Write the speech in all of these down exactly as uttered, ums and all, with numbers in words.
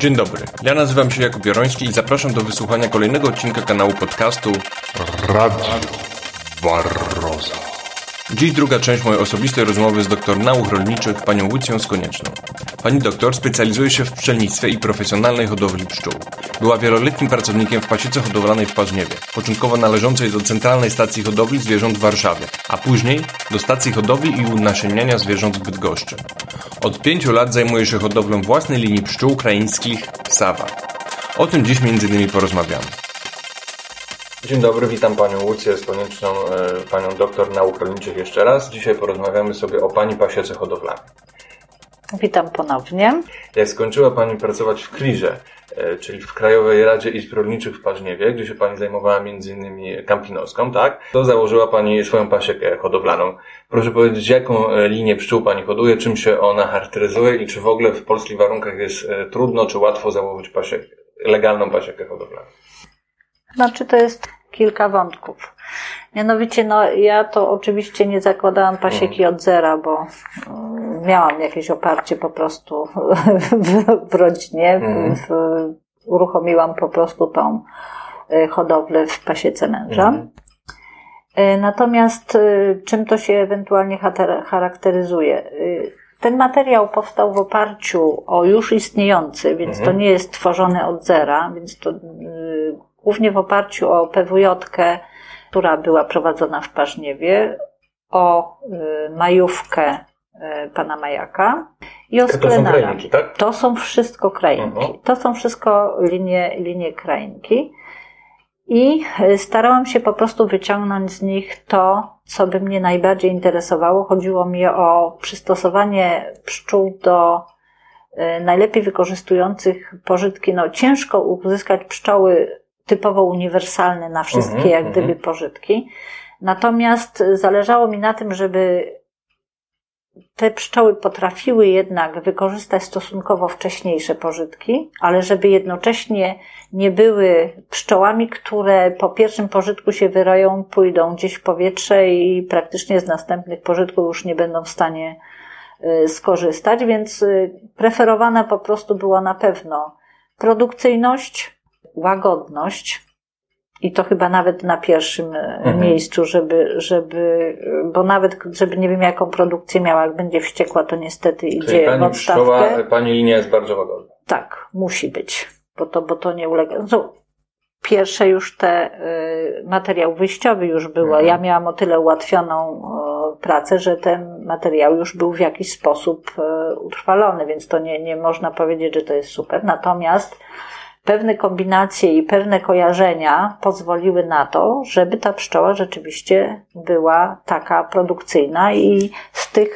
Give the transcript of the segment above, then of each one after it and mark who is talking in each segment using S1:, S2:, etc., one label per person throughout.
S1: Dzień dobry, ja nazywam się Jakub Jaroński i zapraszam do wysłuchania kolejnego odcinka kanału podcastu
S2: Radio Barroza.
S1: Dziś druga część mojej osobistej rozmowy z doktor nauk rolniczych, panią Łucją Skonieczną. Pani doktor specjalizuje się w pszczelnictwie i profesjonalnej hodowli pszczół. Była wieloletnim pracownikiem w pasiece hodowlanej w Parzniewie, początkowo należącej do Centralnej Stacji Hodowli Zwierząt w Warszawie, a później do Stacji Hodowli i Unasienniania Zwierząt w Bydgoszczy. Od pięciu lat zajmuje się hodowlą własnej linii pszczół ukraińskich Sawa. O tym dziś między innymi porozmawiamy. Dzień dobry, witam panią Łucję Skonieczną, panią doktor nauk rolniczych jeszcze raz. Dzisiaj porozmawiamy sobie o pani pasiece hodowlanej.
S3: Witam ponownie.
S1: Jak skończyła pani pracować w Klirze, czyli w Krajowej Radzie Izb Rolniczych w Parzniewie, gdzie się pani zajmowała między innymi kampinoską, tak? To założyła pani swoją pasiekę hodowlaną. Proszę powiedzieć, jaką linię pszczół pani hoduje, czym się ona charakteryzuje i czy w ogóle w polskich warunkach jest trudno czy łatwo założyć pasiekę, legalną pasiekę hodowlaną?
S3: Znaczy to jest kilka wątków. Mianowicie, no ja to oczywiście nie zakładałam pasieki od zera, bo miałam jakieś oparcie po prostu w, w rodzinie. W, w, uruchomiłam po prostu tą hodowlę w pasiece męża. Mhm. Natomiast czym to się ewentualnie charakteryzuje? Ten materiał powstał w oparciu o już istniejący, więc mhm. to nie jest tworzony od zera, więc to głównie w oparciu o P W J-kę, która była prowadzona w Parzniewie, o y, majówkę y, pana Majaka i o sklenara.
S1: To są krajniki, tak?
S3: To są wszystko krajniki. Uh-huh. To są wszystko linie, linie krajniki. I starałam się po prostu wyciągnąć z nich to, co by mnie najbardziej interesowało. Chodziło mi o przystosowanie pszczół do y, najlepiej wykorzystujących pożytki. No, ciężko uzyskać pszczoły typowo uniwersalne na wszystkie, mm-hmm, jak gdyby, mm-hmm. pożytki. Natomiast zależało mi na tym, żeby te pszczoły potrafiły jednak wykorzystać stosunkowo wcześniejsze pożytki, ale żeby jednocześnie nie były pszczołami, które po pierwszym pożytku się wyroją, pójdą gdzieś w powietrze i praktycznie z następnych pożytków już nie będą w stanie skorzystać, więc preferowana po prostu była na pewno produkcyjność, łagodność i to chyba nawet na pierwszym mhm. miejscu, żeby, żeby, bo nawet żeby nie wiem jaką produkcję miała, jak będzie wściekła, to niestety idzie
S1: Czyli pani
S3: w odstawkę.
S1: Pszczoła, pani linia jest bardzo łagodna.
S3: Tak, musi być, bo to, bo to nie ulega. No, pierwsze już te y, materiał wyjściowy już było. Mhm. Ja miałam o tyle ułatwioną y, pracę, że ten materiał już był w jakiś sposób y, utrwalony, więc to nie, nie można powiedzieć, że to jest super. Natomiast pewne kombinacje i pewne kojarzenia pozwoliły na to, żeby ta pszczoła rzeczywiście była taka produkcyjna i z tych,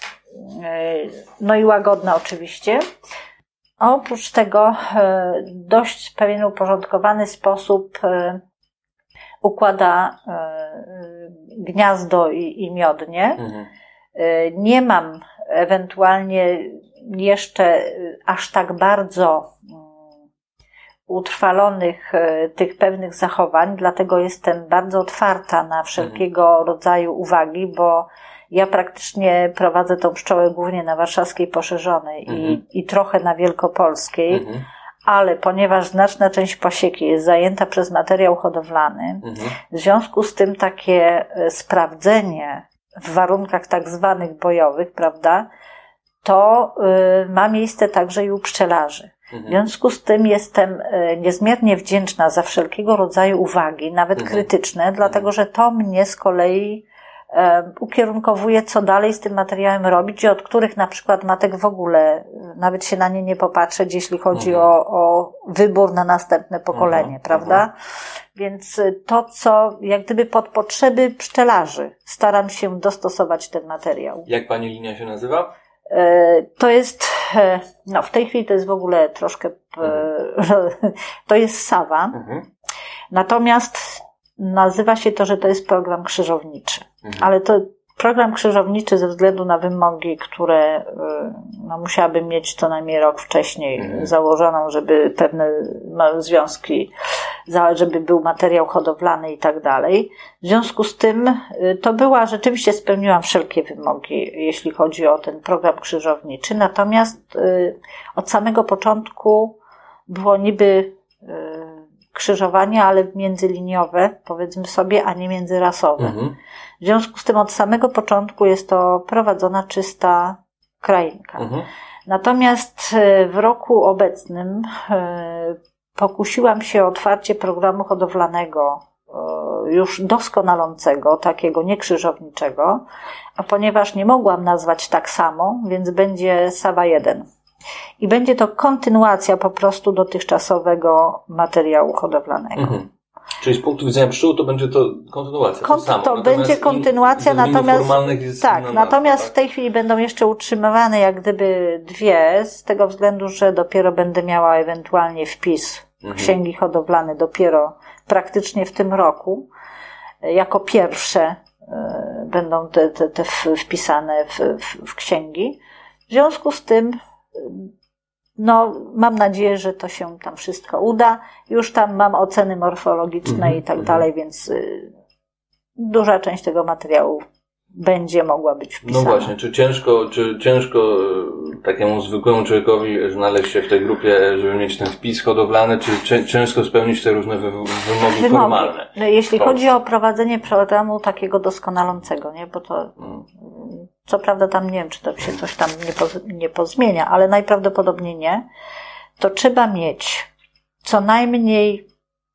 S3: no i łagodna oczywiście. A oprócz tego dość pewien uporządkowany sposób układa gniazdo i, i miodnie. Mhm. Nie mam ewentualnie jeszcze aż tak bardzo utrwalonych tych pewnych zachowań, dlatego jestem bardzo otwarta na wszelkiego mhm. rodzaju uwagi, bo ja praktycznie prowadzę tą pszczołę głównie na warszawskiej poszerzonej mhm. i, i trochę na wielkopolskiej, mhm. ale ponieważ znaczna część pasieki jest zajęta przez materiał hodowlany, mhm. w związku z tym takie sprawdzenie w warunkach tak zwanych bojowych, prawda, to y, ma miejsce także i u pszczelarzy. W związku z tym jestem niezmiernie wdzięczna za wszelkiego rodzaju uwagi, nawet mhm. krytyczne, mhm. dlatego że to mnie z kolei e, ukierunkowuje, co dalej z tym materiałem robić i od których na przykład matek w ogóle nawet się na nie nie popatrzeć, jeśli chodzi mhm. o, o wybór na następne pokolenie, mhm. prawda? Mhm. Więc to, co jak gdyby pod potrzeby pszczelarzy staram się dostosować ten materiał.
S1: Jak pani linia się nazywa?
S3: To jest, no w tej chwili to jest w ogóle troszkę, mhm. to jest Sawa, mhm. natomiast nazywa się to, że to jest program krzyżowniczy, mhm. ale to program krzyżowniczy ze względu na wymogi, które no, musiałabym mieć co najmniej rok wcześniej mhm. założoną, żeby pewne związki, żeby był materiał hodowlany i tak dalej. W związku z tym to była, rzeczywiście spełniłam wszelkie wymogi, jeśli chodzi o ten program krzyżowniczy, natomiast od samego początku było niby krzyżowanie, ale międzyliniowe, powiedzmy sobie, a nie międzyrasowe. Mhm. W związku z tym od samego początku jest to prowadzona czysta krainka. Mhm. Natomiast w roku obecnym pokusiłam się o otwarcie programu hodowlanego już doskonalącego, takiego niekrzyżowniczego, a ponieważ nie mogłam nazwać tak samo, więc będzie Sawa jeden. I będzie to kontynuacja po prostu dotychczasowego materiału hodowlanego. Mhm.
S1: Czyli z punktu widzenia pszczół to będzie to kontynuacja.
S3: Kon-
S1: to samo.
S3: to
S1: natomiast
S3: będzie kontynuacja,
S1: in,
S3: natomiast
S1: jest
S3: tak,
S1: inna
S3: natomiast
S1: nazwa,
S3: w tej chwili będą jeszcze utrzymywane jak gdyby dwie, z tego względu, że dopiero będę miała ewentualnie wpis mhm. księgi hodowlane dopiero praktycznie w tym roku. Jako pierwsze y, będą te, te, te wpisane w, w, w księgi. W związku z tym no, mam nadzieję, że to się tam wszystko uda. Już tam mam oceny morfologiczne mm-hmm. i tak dalej, więc y, duża część tego materiału będzie mogła być wpisana.
S1: No właśnie, czy ciężko, czy ciężko takiemu zwykłemu człowiekowi znaleźć się w tej grupie, żeby mieć ten wpis hodowlany, czy ciężko spełnić te różne wy- wymogi, wymogi formalne?
S3: No, jeśli chodzi o prowadzenie programu takiego doskonalącego, nie, bo to hmm. co prawda tam nie wiem, czy to się coś tam nie, poz, nie pozmienia, ale najprawdopodobniej nie, to trzeba mieć co najmniej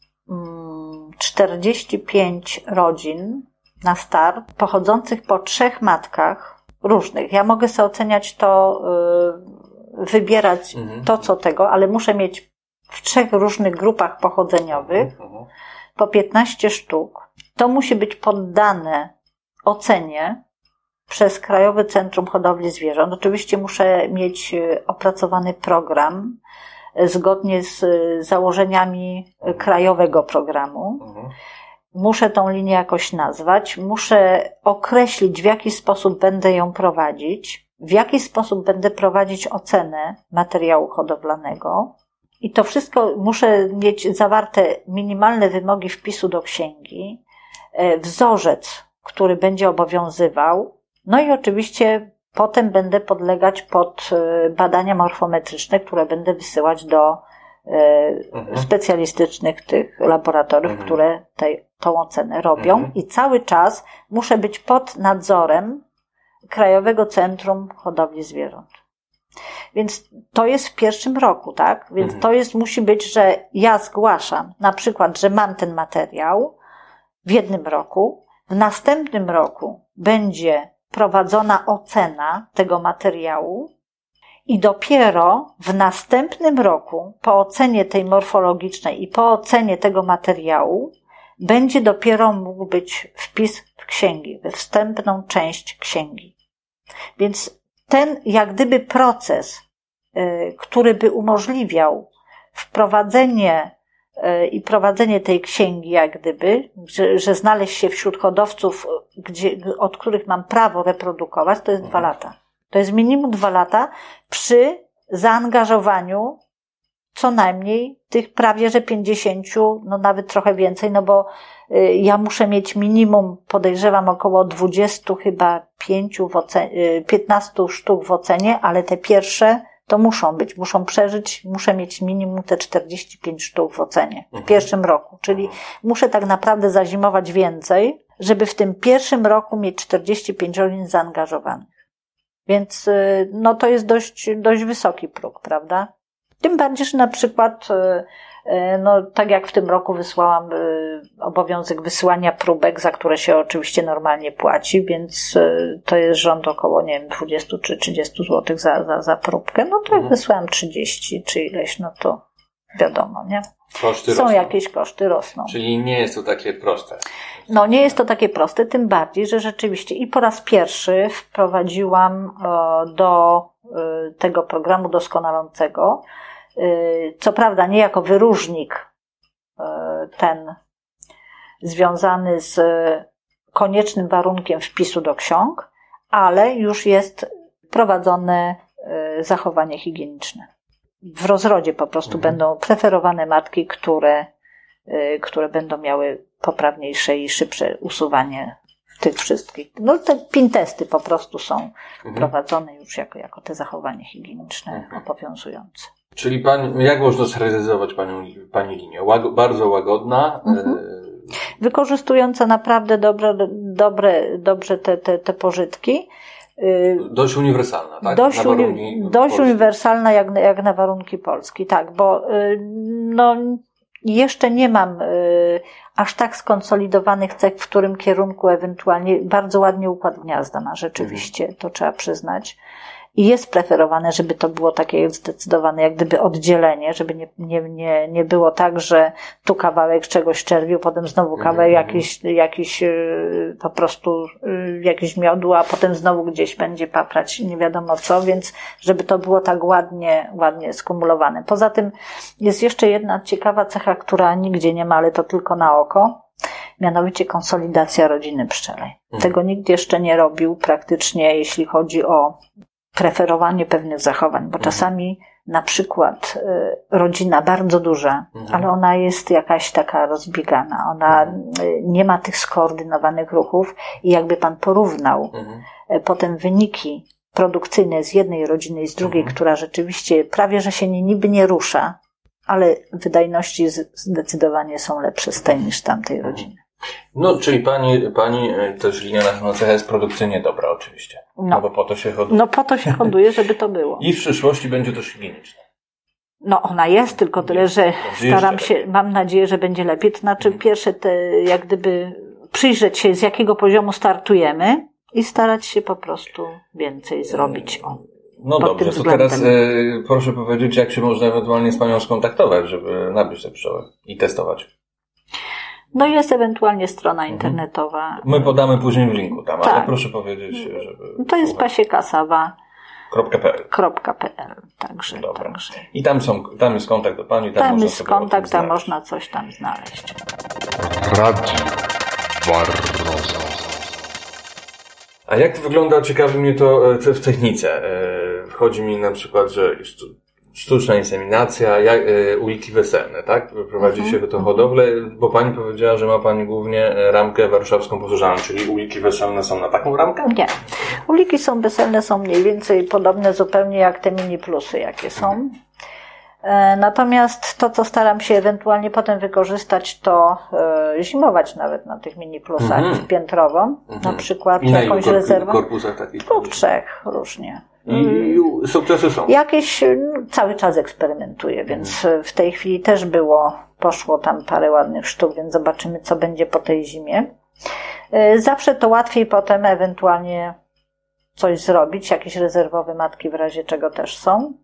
S3: mm, czterdzieści pięć rodzin na start, pochodzących po trzech matkach różnych. Ja mogę sobie oceniać to, yy, wybierać mhm. to, co tego, ale muszę mieć w trzech różnych grupach pochodzeniowych mhm. po piętnaście sztuk. To musi być poddane ocenie przez Krajowe Centrum Hodowli Zwierząt. Oczywiście muszę mieć opracowany program zgodnie z założeniami krajowego programu. Mhm. Muszę tą linię jakoś nazwać, muszę określić, w jaki sposób będę ją prowadzić, w jaki sposób będę prowadzić ocenę materiału hodowlanego i to wszystko muszę mieć zawarte minimalne wymogi wpisu do księgi, wzorzec, który będzie obowiązywał, no i oczywiście potem będę podlegać pod badania morfometryczne, które będę wysyłać do mhm. specjalistycznych tych laboratoriów, mhm. które tej, tą ocenę robią mhm. i cały czas muszę być pod nadzorem Krajowego Centrum Hodowli Zwierząt. Więc to jest w pierwszym roku, tak? Więc mhm. to jest, musi być, że ja zgłaszam na przykład, że mam ten materiał w jednym roku, w następnym roku będzie prowadzona ocena tego materiału i dopiero w następnym roku, po ocenie tej morfologicznej i po ocenie tego materiału, będzie dopiero mógł być wpis w księgi, we wstępną część księgi. Więc ten jak gdyby proces, który by umożliwiał wprowadzenie i prowadzenie tej księgi jak gdyby, że, że znaleźć się wśród hodowców, gdzie, od których mam prawo reprodukować, to jest dwa lata. To jest minimum dwa lata przy zaangażowaniu co najmniej tych prawie że pięćdziesięciu, no nawet trochę więcej, no bo y, ja muszę mieć minimum, podejrzewam, około dwudziestu chyba pięciu w ocenie, y, piętnastu sztuk w ocenie, ale te pierwsze to muszą być, muszą przeżyć, muszę mieć minimum te czterdzieści pięć sztuk w ocenie w pierwszym roku, czyli muszę tak naprawdę zazimować więcej, żeby w tym pierwszym roku mieć czterdzieści pięć rodzin zaangażowanych. Więc no to jest dość, dość wysoki próg, prawda? Tym bardziej, że na przykład, no tak jak w tym roku wysłałam obowiązek wysyłania próbek, za które się oczywiście normalnie płaci, więc to jest rząd około, nie wiem, dwadzieścia czy trzydzieści złotych za, za, za próbkę. No to jak wysłałam trzydzieści czy ileś, no to wiadomo, nie?
S1: Koszty
S3: Są
S1: rosną.
S3: jakieś koszty rosną.
S1: Czyli nie jest to takie proste.
S3: No nie jest to takie proste, tym bardziej, że rzeczywiście i po raz pierwszy wprowadziłam do tego programu doskonalącego, co prawda nie jako wyróżnik ten związany z koniecznym warunkiem wpisu do ksiąg, ale już jest prowadzone zachowanie higieniczne. W rozrodzie po prostu mhm. będą preferowane matki, które, które będą miały poprawniejsze i szybsze usuwanie tych wszystkich. No te pintesty po prostu są mhm. prowadzone już jako, jako te zachowanie higieniczne mhm. obowiązujące.
S1: Czyli pani, jak można scharakteryzować panią, pani linię? Łag, bardzo łagodna.
S3: Mhm. Wykorzystująca naprawdę dobre, dobre, dobrze te, te, te pożytki.
S1: Dość uniwersalna, tak?
S3: Dość, uni- dość uniwersalna jak, jak na warunki Polski, tak, bo no, jeszcze nie mam aż tak skonsolidowanych cech, w którym kierunku ewentualnie bardzo ładnie układ gniazda ma rzeczywiście, mhm. to trzeba przyznać. I jest preferowane, żeby to było takie zdecydowane, jak gdyby oddzielenie, żeby nie, nie, nie, nie było tak, że tu kawałek czegoś czerwiu, potem znowu kawałek mm-hmm. jakiś, jakiś po prostu jakiś miodu, a potem znowu gdzieś będzie paprać nie wiadomo co, więc żeby to było tak ładnie, ładnie skumulowane. Poza tym jest jeszcze jedna ciekawa cecha, która nigdzie nie ma, ale to tylko na oko. Mianowicie konsolidacja rodziny pszczelej. Mm. Tego nikt jeszcze nie robił praktycznie, jeśli chodzi o preferowanie pewnych zachowań, bo czasami na przykład y, rodzina bardzo duża, mhm. ale ona jest jakaś taka rozbiegana, ona y, nie ma tych skoordynowanych ruchów i jakby pan porównał mhm. y, potem wyniki produkcyjne z jednej rodziny i z drugiej, mhm. która rzeczywiście prawie, że się nie, niby nie rusza, ale wydajności z, zdecydowanie są lepsze z tej niż tamtej mhm. rodziny.
S1: No, czyli pani, pani też linia naszego cecha jest produkcyjnie dobra oczywiście. No. no bo po to się hoduje.
S3: No po to się hoduje, żeby to było.
S1: I w przyszłości będzie też higieniczna.
S3: No ona jest, tylko tyle, że staram się, mam nadzieję, że będzie lepiej. To znaczy mhm. pierwsze te, jak gdyby przyjrzeć się, z jakiego poziomu startujemy i starać się po prostu więcej zrobić. O,
S1: no dobrze, to teraz e, proszę powiedzieć, jak się można ewentualnie z panią skontaktować, żeby nabyć te pszczoły i testować.
S3: No jest ewentualnie strona internetowa.
S1: My podamy później w linku tam, tak. ale proszę powiedzieć, żeby...
S3: To jest pasiekasawa
S1: kropka pe el.
S3: Kropka pe el. Także, także.
S1: I tam, są, tam jest kontakt do pani. Tam,
S3: tam jest kontakt, tam można coś tam znaleźć.
S2: Radio Barroso.
S1: A jak wygląda, ciekawi mnie to w technice. Chodzi mi na przykład, że sztuczna inseminacja, jak, y, uliki weselne, tak? Prowadzi mhm. się to hodowlę, bo pani powiedziała, że ma pani głównie ramkę warszawską powtarzaną, czyli uliki weselne są na taką ramkę?
S3: Nie. Uliki są weselne, są mniej więcej podobne zupełnie jak te mini plusy, jakie są. Mhm. E, natomiast to, co staram się ewentualnie potem wykorzystać, to e, zimować nawet na tych mini plusach mhm. piętrowo, mhm. na przykład
S1: I na
S3: jakąś
S1: korp-
S3: rezerwą.
S1: korpusach takich?
S3: Dwóch, trzech, różnie.
S1: I sukcesy są.
S3: Jakieś no, cały czas eksperymentuję, więc hmm. w tej chwili też było, poszło tam parę ładnych sztuk, więc zobaczymy, co będzie po tej zimie. Zawsze to łatwiej potem ewentualnie coś zrobić, jakieś rezerwowe matki w razie czego też są.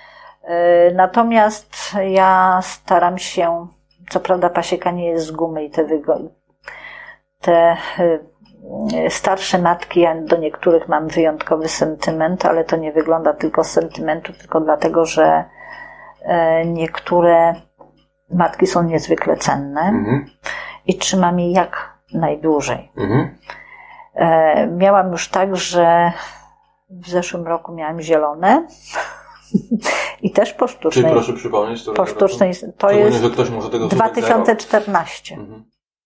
S3: Natomiast ja staram się, co prawda pasieka nie jest z gumy i te, wygo- te starsze matki, ja do niektórych mam wyjątkowy sentyment, ale to nie wygląda tylko z sentymentu, tylko dlatego, że niektóre matki są niezwykle cenne mhm. i trzymam je jak najdłużej. Mhm. Miałam już tak, że w zeszłym roku miałam zielone i też po sztucznej.
S1: Czyli proszę przypomnieć, to,
S3: po sztucznej, to jest
S1: że ktoś może tego
S3: dwa tysiące czternaście. Mhm.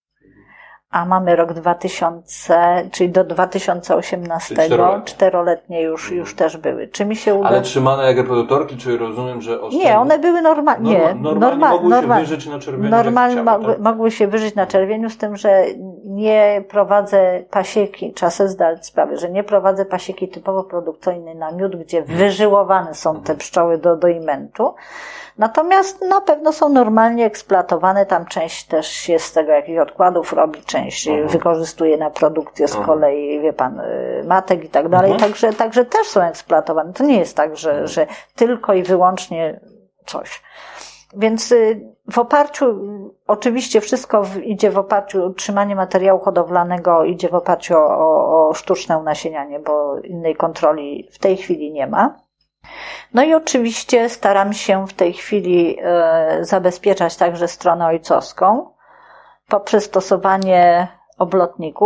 S3: A mamy rok dwa tysiące, czyli do dwa tysiące osiemnastego, czteroletnie już, mhm. już też były. Czy mi się uda...
S1: Ale trzymane jak reproduktorki, czy rozumiem, że oszczędne...
S3: Nie, one były normalnie. Nie,
S1: normalnie norma, mogły norma, się wyżyć na czerwieniu.
S3: Normalnie
S1: chciały,
S3: mogły,
S1: tak?
S3: mogły się wyżyć na czerwieniu, z tym, że nie prowadzę pasieki, trzeba sobie zdać sprawę, że nie prowadzę pasieki typowo produkcyjnej na miód, gdzie wyżyłowane są te pszczoły do, do imentu. Natomiast na pewno są normalnie eksploatowane, tam część też się z tego jakichś odkładów robi, część uh-huh. wykorzystuje na produkcję z kolei, wie pan, matek i tak dalej, uh-huh. także, także też są eksploatowane. To nie jest tak, że, uh-huh. że tylko i wyłącznie coś. Więc w oparciu, oczywiście wszystko idzie w oparciu, utrzymanie materiału hodowlanego idzie w oparciu o, o, o sztuczne unasienianie, bo innej kontroli w tej chwili nie ma. No i oczywiście staram się w tej chwili e, zabezpieczać także stronę ojcowską poprzez stosowanie oblotników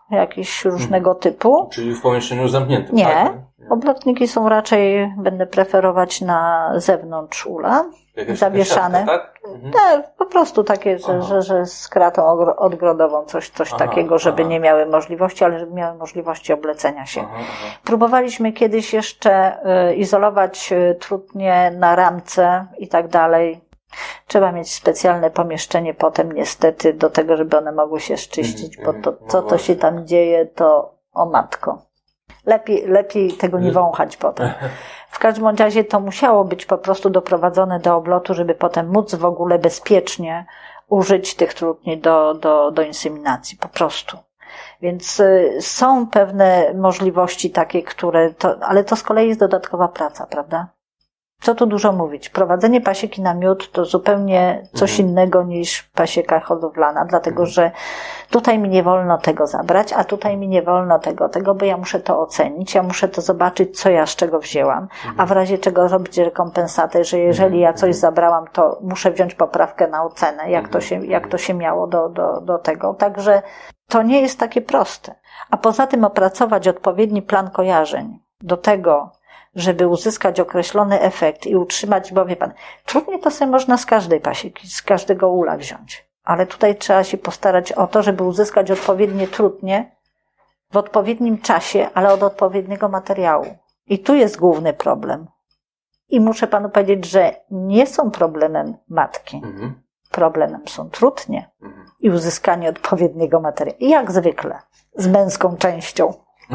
S3: jakieś różnego typu.
S1: Czyli w pomieszczeniu zamkniętym,
S3: Nie.
S1: tak?
S3: Oblotniki są raczej, będę preferować na zewnątrz ula,
S1: Jakaś
S3: zawieszane.
S1: siatka, tak? Mhm.
S3: Nie, po prostu takie, że, że, że z kratą ogro- odgrodową, coś, coś
S1: Aha,
S3: takiego, żeby
S1: aha.
S3: nie miały możliwości, ale żeby miały możliwości oblecenia się.
S1: Aha, aha.
S3: Próbowaliśmy kiedyś jeszcze y, izolować y, trutnie na ramce i tak dalej. Trzeba mieć specjalne pomieszczenie potem niestety do tego, żeby one mogły się szczyścić, bo to, co to się tam dzieje, to o matko. Lepiej, lepiej tego nie wąchać potem. W każdym razie to musiało być po prostu doprowadzone do oblotu, żeby potem móc w ogóle bezpiecznie użyć tych trutni do, do, do inseminacji. Po prostu. Więc y, są pewne możliwości takie, które, to, ale to z kolei jest dodatkowa praca, prawda? Co tu dużo mówić? Prowadzenie pasieki na miód to zupełnie coś mhm. innego niż pasieka hodowlana, dlatego mhm. że tutaj mi nie wolno tego zabrać, a tutaj mi nie wolno tego, tego, bo ja muszę to ocenić, ja muszę to zobaczyć, co ja z czego wzięłam, mhm. a w razie czego robić rekompensatę, że jeżeli ja coś zabrałam, to muszę wziąć poprawkę na ocenę, jak to się, jak to się miało do, do, do tego. Także to nie jest takie proste. A poza tym opracować odpowiedni plan kojarzeń do tego, żeby uzyskać określony efekt i utrzymać, bo wie pan, trudniej to sobie można z każdej pasieki, z każdego ula wziąć. Ale tutaj trzeba się postarać o to, żeby uzyskać odpowiednie trutnie w odpowiednim czasie, ale od odpowiedniego materiału. I tu jest główny problem. I muszę panu powiedzieć, że nie są problemem matki. Mhm. Problemem są trutnie mhm. i uzyskanie odpowiedniego materiału. I jak zwykle, z męską częścią.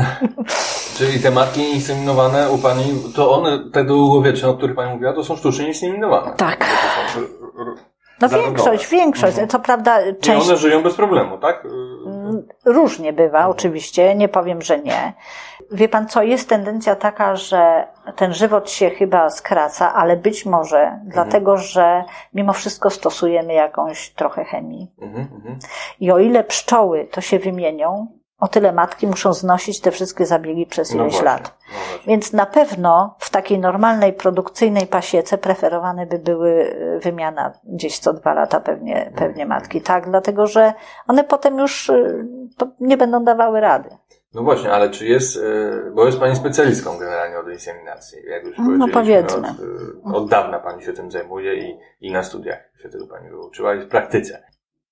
S1: Czyli te matki inseminowane u pani, to one, te długowieczne, o których pani mówiła, to są sztucznie inseminowane.
S3: Tak.
S1: Są,
S3: no większość, większość. Mhm. Co prawda część...
S1: I one żyją bez problemu, tak?
S3: Różnie bywa, mhm. oczywiście. Nie powiem, że nie. Wie pan co, jest tendencja taka, że ten żywot się chyba skraca, ale być może mhm. dlatego, że mimo wszystko stosujemy jakąś trochę chemii. Mhm, mhm. I o ile pszczoły to się wymienią, o tyle matki muszą znosić te wszystkie zabiegi przez ileś no lat. No Więc na pewno w takiej normalnej, produkcyjnej pasiece preferowane by były wymiana gdzieś co dwa lata pewnie, mm. pewnie matki. Tak, dlatego że one potem już nie będą dawały rady.
S1: No właśnie, ale czy jest, bo jest pani specjalistką generalnie od inseminacji, jak już
S3: no powiedzmy.
S1: Od, od dawna pani się tym zajmuje i, i na studiach się tego pani wyuczyła i w praktyce.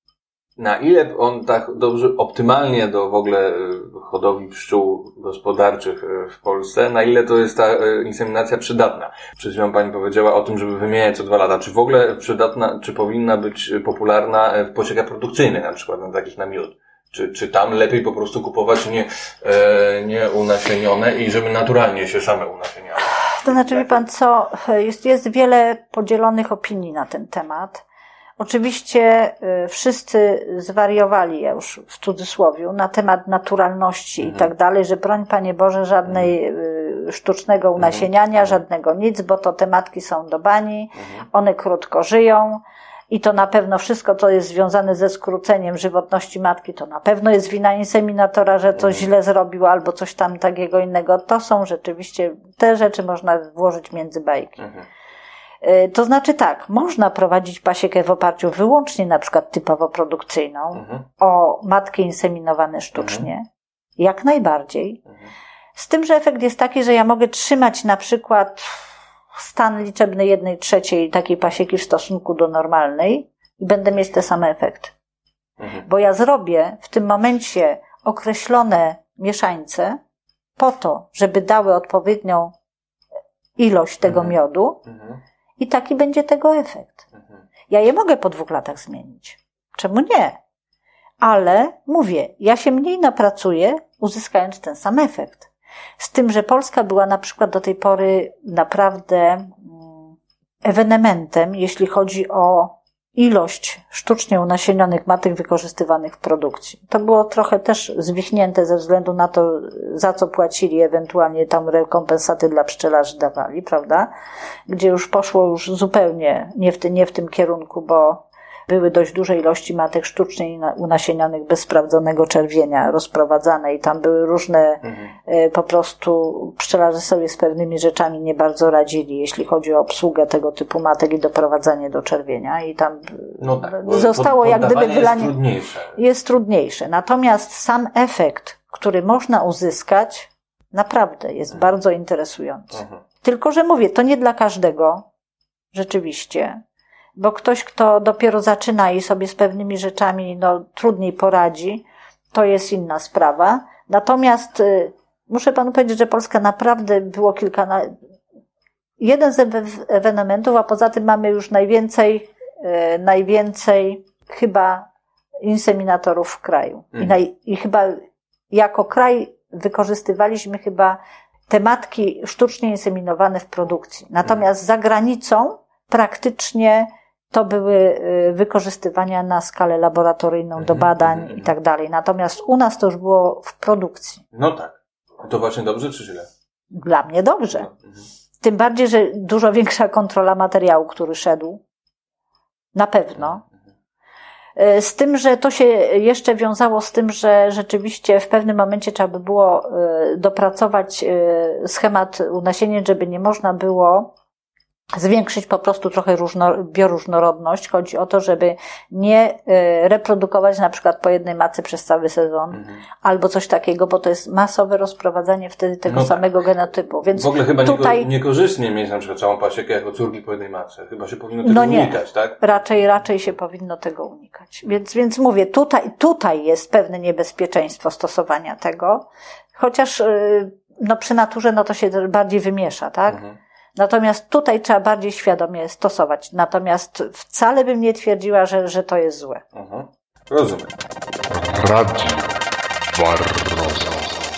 S1: Na ile on tak dobrze, optymalnie do w ogóle hodowli pszczół gospodarczych w Polsce, na ile to jest ta inseminacja przydatna? Przed chwilą pani powiedziała o tym, żeby wymieniać co dwa lata. Czy w ogóle przydatna, czy powinna być popularna w posiekach produkcyjnych, na przykład na takich na miód? Czy, czy tam lepiej po prostu kupować nie, e, nie unasienione i żeby naturalnie się same unasieniały?
S3: To znaczy, wie pan co, jest, jest wiele podzielonych opinii na ten temat. Oczywiście y, wszyscy zwariowali, ja już w cudzysłowiu, na temat naturalności mhm. i tak dalej, że broń Panie Boże żadnej y, sztucznego unasieniania, mhm. żadnego nic, bo to te matki są do bani, mhm. one krótko żyją i to na pewno wszystko, co jest związane ze skróceniem żywotności matki, to na pewno jest wina inseminatora, że coś mhm. źle zrobił albo coś tam takiego innego. To są rzeczywiście, te rzeczy można włożyć między bajki. Mhm. To znaczy tak, można prowadzić pasiekę w oparciu wyłącznie na przykład typowo produkcyjną, mhm. o matki inseminowane sztucznie, mhm. jak najbardziej. Mhm. Z tym, że efekt jest taki, że ja mogę trzymać na przykład stan liczebny jednej trzeciej takiej pasieki w stosunku do normalnej i będę mieć te same efekty. Mhm. Bo ja zrobię w tym momencie określone mieszańce po to, żeby dały odpowiednią ilość tego mhm. miodu, mhm. i taki będzie tego efekt. Mhm. Ja je mogę po dwóch latach zmienić. Czemu nie? Ale mówię, ja się mniej napracuję, uzyskając ten sam efekt. Z tym, że Polska była na przykład do tej pory naprawdę ewenementem, jeśli chodzi o ilość sztucznie unasienionych matek wykorzystywanych w produkcji. To było trochę też zwichnięte ze względu na to, za co płacili, ewentualnie tam rekompensaty dla pszczelarzy dawali, prawda? Gdzie już poszło już zupełnie nie w, ty, nie w tym kierunku, bo były dość duże ilości matek sztucznie unasienionych bez sprawdzonego czerwienia rozprowadzane i tam były różne, mhm. po prostu pszczelarze sobie z pewnymi rzeczami nie bardzo radzili, jeśli chodzi o obsługę tego typu matek i doprowadzanie do czerwienia i tam
S1: no tak,
S3: zostało
S1: pod,
S3: jak gdyby wylanie.
S1: Jest trudniejsze.
S3: Jest trudniejsze. Natomiast sam efekt, który można uzyskać, naprawdę jest mhm. bardzo interesujący. Mhm. Tylko, że mówię, to nie dla każdego, rzeczywiście, bo ktoś, kto dopiero zaczyna i sobie z pewnymi rzeczami no, trudniej poradzi, to jest inna sprawa. Natomiast y, muszę panu powiedzieć, że Polska naprawdę było kilka, na... jeden z ew- ewenementów, a poza tym mamy już najwięcej, y, najwięcej chyba inseminatorów w kraju. Mhm. I, naj... I chyba jako kraj wykorzystywaliśmy chyba te matki sztucznie inseminowane w produkcji. Natomiast za granicą praktycznie to były wykorzystywania na skalę laboratoryjną do badań i tak dalej. Natomiast u nas to już było w produkcji.
S1: No tak. To właśnie dobrze czy źle?
S3: Dla mnie dobrze. Tym bardziej, że dużo większa kontrola materiału, który szedł. Na pewno. Z tym, że to się jeszcze wiązało z tym, że rzeczywiście w pewnym momencie trzeba by było dopracować schemat unasienień, żeby nie można było zwiększyć po prostu trochę różno, bioróżnorodność. Chodzi o to, żeby nie reprodukować na przykład po jednej matce przez cały sezon, mhm. albo coś takiego, bo to jest masowe rozprowadzanie wtedy tego no samego tak. genotypu. Więc
S1: w ogóle chyba
S3: tutaj
S1: niekorzystnie mieć na przykład całą pasiekę jako córki po jednej matce. Chyba się powinno tego no nie. unikać, tak?
S3: Raczej, raczej się powinno tego unikać. Więc, więc mówię, tutaj, tutaj jest pewne niebezpieczeństwo stosowania tego, chociaż no przy naturze no to się bardziej wymiesza, tak? Mhm. Natomiast tutaj trzeba bardziej świadomie stosować. Natomiast wcale bym nie twierdziła, że, że to jest złe.
S1: Mhm. Rozumiem.
S2: Radio Barroso.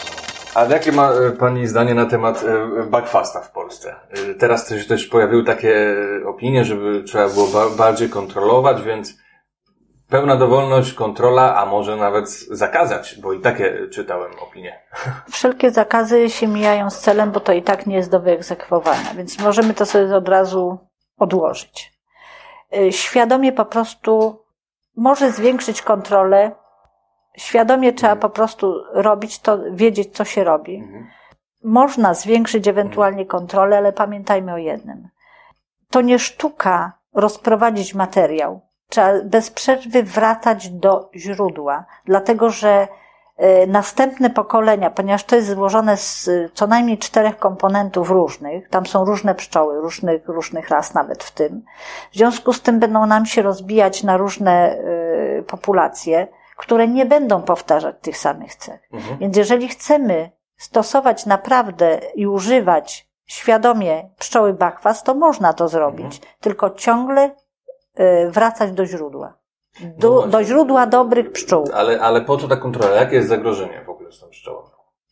S1: A jakie ma Pani zdanie na temat Buckfasta w Polsce? Teraz też, też pojawiły takie opinie, żeby trzeba było ba- bardziej kontrolować, więc pełna dowolność, kontrola, a może nawet zakazać, bo i takie czytałem opinie.
S3: Wszelkie zakazy się mijają z celem, bo to i tak nie jest do wyegzekwowania, więc możemy to sobie od razu odłożyć. Świadomie po prostu może zwiększyć kontrolę, świadomie trzeba po prostu robić to, wiedzieć co się robi. Mhm. Można zwiększyć ewentualnie kontrolę, ale pamiętajmy o jednym. To nie sztuka rozprowadzić materiał. Trzeba bez przerwy wracać do źródła, dlatego że następne pokolenia, ponieważ to jest złożone z co najmniej czterech komponentów różnych, tam są różne pszczoły, różnych, różnych ras nawet w tym, w związku z tym będą nam się rozbijać na różne y, populacje, które nie będą powtarzać tych samych cech. Mhm. Więc jeżeli chcemy stosować naprawdę i używać świadomie pszczoły Buckfast, to można to zrobić, mhm. tylko ciągle wracać do źródła. Do, no do źródła dobrych pszczół.
S1: Ale, ale po co ta kontrola? Jakie jest zagrożenie w ogóle z tą pszczołą?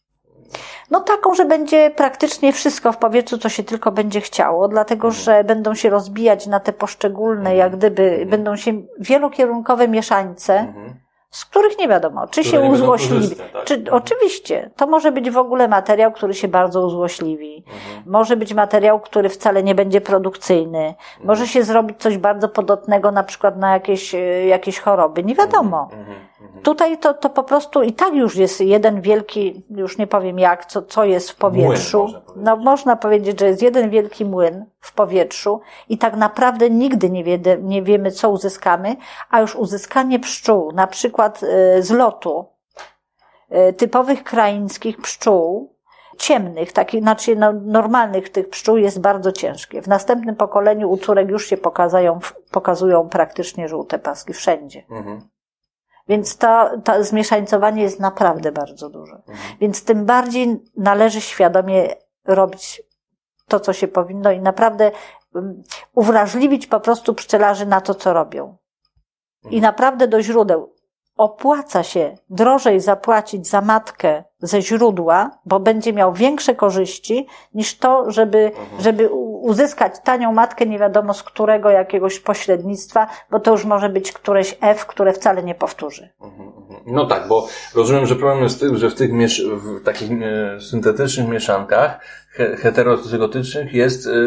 S3: No taką, że będzie praktycznie wszystko w powietrzu, co się tylko będzie chciało, dlatego, mhm. że będą się rozbijać na te poszczególne, mhm. jak gdyby, mhm. będą się wielokierunkowe mieszańce, mhm. z których nie wiadomo, czy które się uzłośliwi. Tak? Czy, mhm. Oczywiście, to może być w ogóle materiał, który się bardzo uzłośliwi. Mhm. Może być materiał, który wcale nie będzie produkcyjny. Mhm. Może się zrobić coś bardzo podatnego, na przykład na jakieś, jakieś choroby. Nie wiadomo. Mhm. Mhm. Tutaj to, to po prostu i tak już jest jeden wielki, już nie powiem jak, co, co jest w powietrzu.
S1: Młyn, można
S3: no można powiedzieć, że jest jeden wielki młyn w powietrzu i tak naprawdę nigdy nie, wie, nie wiemy, co uzyskamy, a już uzyskanie pszczół, na przykład z lotu typowych kraińskich pszczół, ciemnych, takich, znaczy no, normalnych tych pszczół jest bardzo ciężkie. W następnym pokoleniu u córek już się pokazują, pokazują praktycznie żółte paski wszędzie. Mhm. Więc to, to zmieszańcowanie jest naprawdę bardzo duże. Mhm. Więc tym bardziej należy świadomie robić to, co się powinno i naprawdę um, uwrażliwić po prostu pszczelarzy na to, co robią. Mhm. I naprawdę do źródeł. Opłaca się drożej zapłacić za matkę ze źródła, bo będzie miał większe korzyści niż to, żeby, mhm. żeby uzyskać tanią matkę nie wiadomo z którego jakiegoś pośrednictwa, bo to już może być któreś F, które wcale nie powtórzy.
S1: Mhm. No tak, bo rozumiem, że problem jest w tym, że w tych miesz- w takich e, syntetycznych mieszankach he- heterozygotycznych jest e,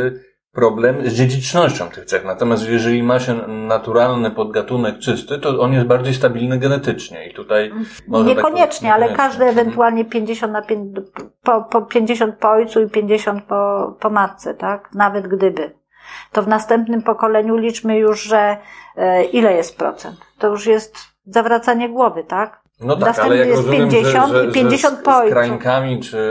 S1: problem z dziedzicznością tych cech. Natomiast jeżeli ma się naturalny podgatunek czysty, to on jest bardziej stabilny genetycznie i tutaj może
S3: niekoniecznie, tak, ale niekoniecznie. Każdy ewentualnie pięćdziesiąt na pięć, po, po pięćdziesiąt po ojcu i pięćdziesiąt po, po matce, tak? Nawet gdyby. To w następnym pokoleniu liczmy już, że e, ile jest procent? To już jest zawracanie głowy, tak?
S1: No tak,
S3: następny
S1: ale jak
S3: jest
S1: rozumiem,
S3: pięćdziesiąt
S1: że, że,
S3: i pięćdziesiąt
S1: że z,
S3: po ojcu.
S1: z krańkami czy...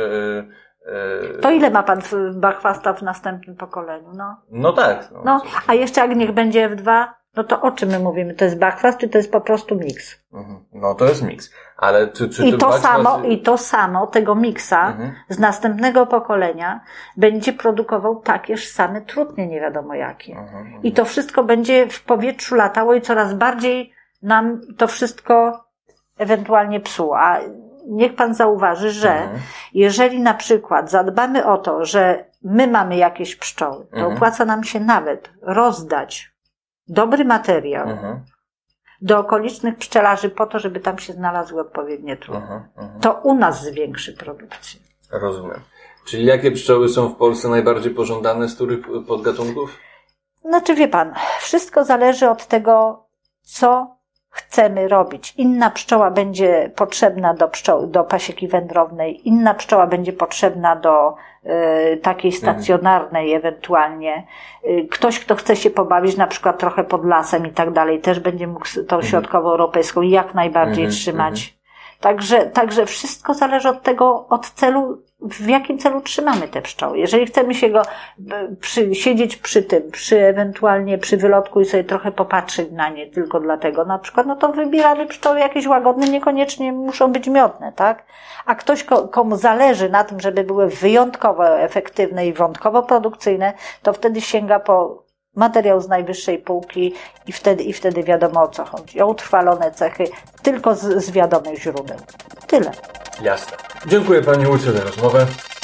S1: Yy,
S3: To ile ma pan bachwasta w następnym pokoleniu? No,
S1: no tak. No,
S3: no, a jeszcze jak niech będzie F dwa, no to o czym my mówimy? To jest bachwast, czy to jest po prostu miks?
S1: No to jest miks. Ale czy, czy
S3: I, to
S1: bachwast...
S3: samo, I to samo tego miksa mhm. z następnego pokolenia będzie produkował takież same trutnie nie wiadomo jakie. Mhm. I to wszystko będzie w powietrzu latało i coraz bardziej nam to wszystko ewentualnie psuło. A niech pan zauważy, że mhm. jeżeli na przykład zadbamy o to, że my mamy jakieś pszczoły, to mhm. opłaca nam się nawet rozdać dobry materiał mhm. do okolicznych pszczelarzy po to, żeby tam się znalazły odpowiednie trupy. Mhm. Mhm. To u nas zwiększy produkcję.
S1: Rozumiem. Czyli jakie pszczoły są w Polsce najbardziej pożądane z których podgatunków?
S3: Znaczy wie pan, wszystko zależy od tego, co chcemy robić. Inna pszczoła będzie potrzebna do pszczoły, do pasieki wędrownej, inna pszczoła będzie potrzebna do y, takiej stacjonarnej mhm. ewentualnie. Y, ktoś, kto chce się pobawić na przykład trochę pod lasem i tak dalej, też będzie mógł tą mhm. środkowoeuropejską jak najbardziej mhm. trzymać. Mhm. Także, także wszystko zależy od tego, od celu, w jakim celu trzymamy te pszczoły. Jeżeli chcemy się go przy, siedzieć przy tym, przy ewentualnie przy wylotku i sobie trochę popatrzeć na nie tylko dlatego na przykład, no to wybieramy pszczoły jakieś łagodne, niekoniecznie muszą być miodne, tak? A ktoś, komu zależy na tym, żeby były wyjątkowo efektywne i wyjątkowo produkcyjne, to wtedy sięga po materiał z najwyższej półki i wtedy, i wtedy wiadomo o co chodzi. O utrwalone cechy tylko z, z wiadomych źródeł. Tyle.
S1: Jasne. Dziękuję Pani Łucjo za rozmowę.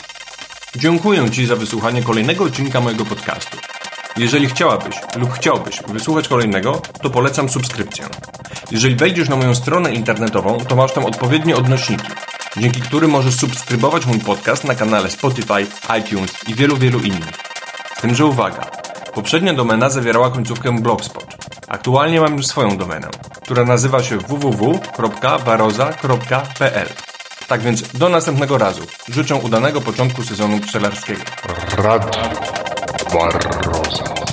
S1: Dziękuję Ci za wysłuchanie kolejnego odcinka mojego podcastu. Jeżeli chciałabyś lub chciałbyś wysłuchać kolejnego, to polecam subskrypcję. Jeżeli wejdziesz na moją stronę internetową, to masz tam odpowiednie odnośniki, dzięki którym możesz subskrybować mój podcast na kanale Spotify, iTunes i wielu, wielu innych. Z tym, że uwaga, poprzednia domena zawierała końcówkę blogspot. Aktualnie mam już swoją domenę, która nazywa się w w w kropka waroza kropka p l. Tak więc do następnego razu. Życzę udanego początku sezonu pszczelarskiego.
S2: Radio Barroza.